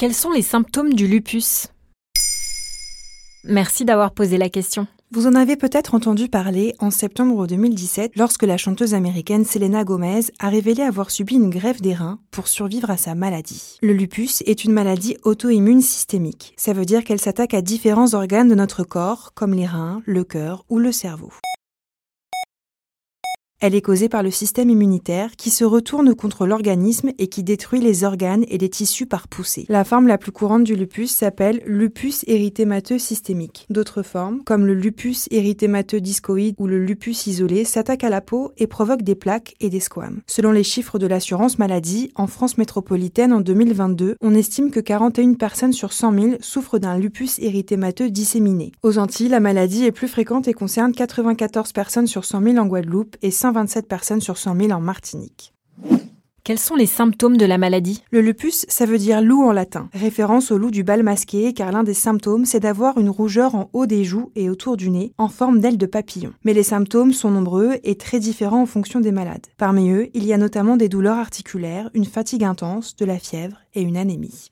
Quels sont les symptômes du lupus ? Merci d'avoir posé la question. Vous en avez peut-être entendu parler en septembre 2017 lorsque la chanteuse américaine Selena Gomez a révélé avoir subi une greffe des reins pour survivre à sa maladie. Le lupus est une maladie auto-immune systémique. Ça veut dire qu'elle s'attaque à différents organes de notre corps, comme les reins, le cœur ou le cerveau. Elle est causée par le système immunitaire qui se retourne contre l'organisme et qui détruit les organes et les tissus par poussée. La forme la plus courante du lupus s'appelle lupus érythémateux systémique. D'autres formes, comme le lupus érythémateux discoïde ou le lupus isolé, s'attaquent à la peau et provoquent des plaques et des squames. Selon les chiffres de l'assurance maladie, en France métropolitaine en 2022, on estime que 41 personnes sur 100 000 souffrent d'un lupus érythémateux disséminé. Aux Antilles, la maladie est plus fréquente et concerne 94 personnes sur 100 000 en Guadeloupe et 127 personnes sur 100 000 en Martinique. Quels sont les symptômes de la maladie ? Le lupus, ça veut dire loup en latin, référence au loup du bal masqué, car l'un des symptômes, c'est d'avoir une rougeur en haut des joues et autour du nez, en forme d'aile de papillon. Mais les symptômes sont nombreux et très différents en fonction des malades. Parmi eux, il y a notamment des douleurs articulaires, une fatigue intense, de la fièvre et une anémie.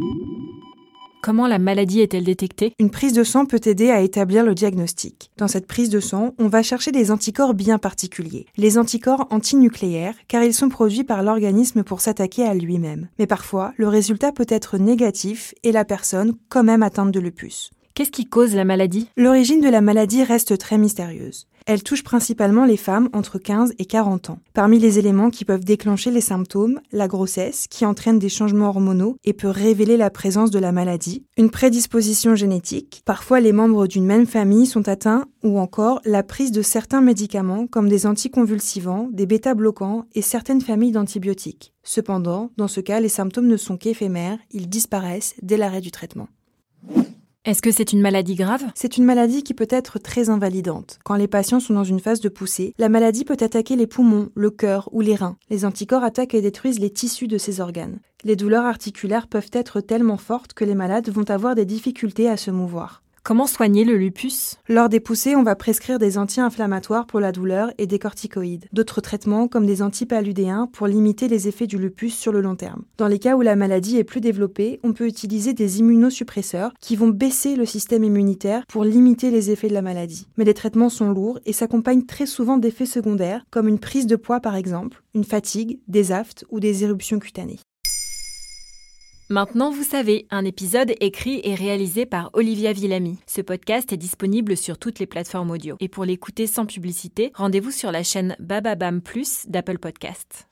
Comment la maladie est-elle détectée ? Une prise de sang peut aider à établir le diagnostic. Dans cette prise de sang, on va chercher des anticorps bien particuliers. Les anticorps antinucléaires, car ils sont produits par l'organisme pour s'attaquer à lui-même. Mais parfois, le résultat peut être négatif et la personne quand même atteinte de lupus. Qu'est-ce qui cause la maladie ? L'origine de la maladie reste très mystérieuse. Elle touche principalement les femmes entre 15 et 40 ans. Parmi les éléments qui peuvent déclencher les symptômes, la grossesse, qui entraîne des changements hormonaux et peut révéler la présence de la maladie, une prédisposition génétique, parfois les membres d'une même famille sont atteints, ou encore la prise de certains médicaments comme des anticonvulsivants, des bêta-bloquants et certaines familles d'antibiotiques. Cependant, dans ce cas, les symptômes ne sont qu'éphémères, ils disparaissent dès l'arrêt du traitement. Est-ce que c'est une maladie grave ? C'est une maladie qui peut être très invalidante. Quand les patients sont dans une phase de poussée, la maladie peut attaquer les poumons, le cœur ou les reins. Les anticorps attaquent et détruisent les tissus de ces organes. Les douleurs articulaires peuvent être tellement fortes que les malades vont avoir des difficultés à se mouvoir. Comment soigner le lupus ? Lors des poussées, on va prescrire des anti-inflammatoires pour la douleur et des corticoïdes. D'autres traitements comme des antipaludéens pour limiter les effets du lupus sur le long terme. Dans les cas où la maladie est plus développée, on peut utiliser des immunosuppresseurs qui vont baisser le système immunitaire pour limiter les effets de la maladie. Mais les traitements sont lourds et s'accompagnent très souvent d'effets secondaires comme une prise de poids par exemple, une fatigue, des aphtes ou des éruptions cutanées. Maintenant, vous savez, un épisode écrit et réalisé par Olivia Villamy. Ce podcast est disponible sur toutes les plateformes audio. Et pour l'écouter sans publicité, rendez-vous sur la chaîne Bababam Plus d'Apple Podcasts.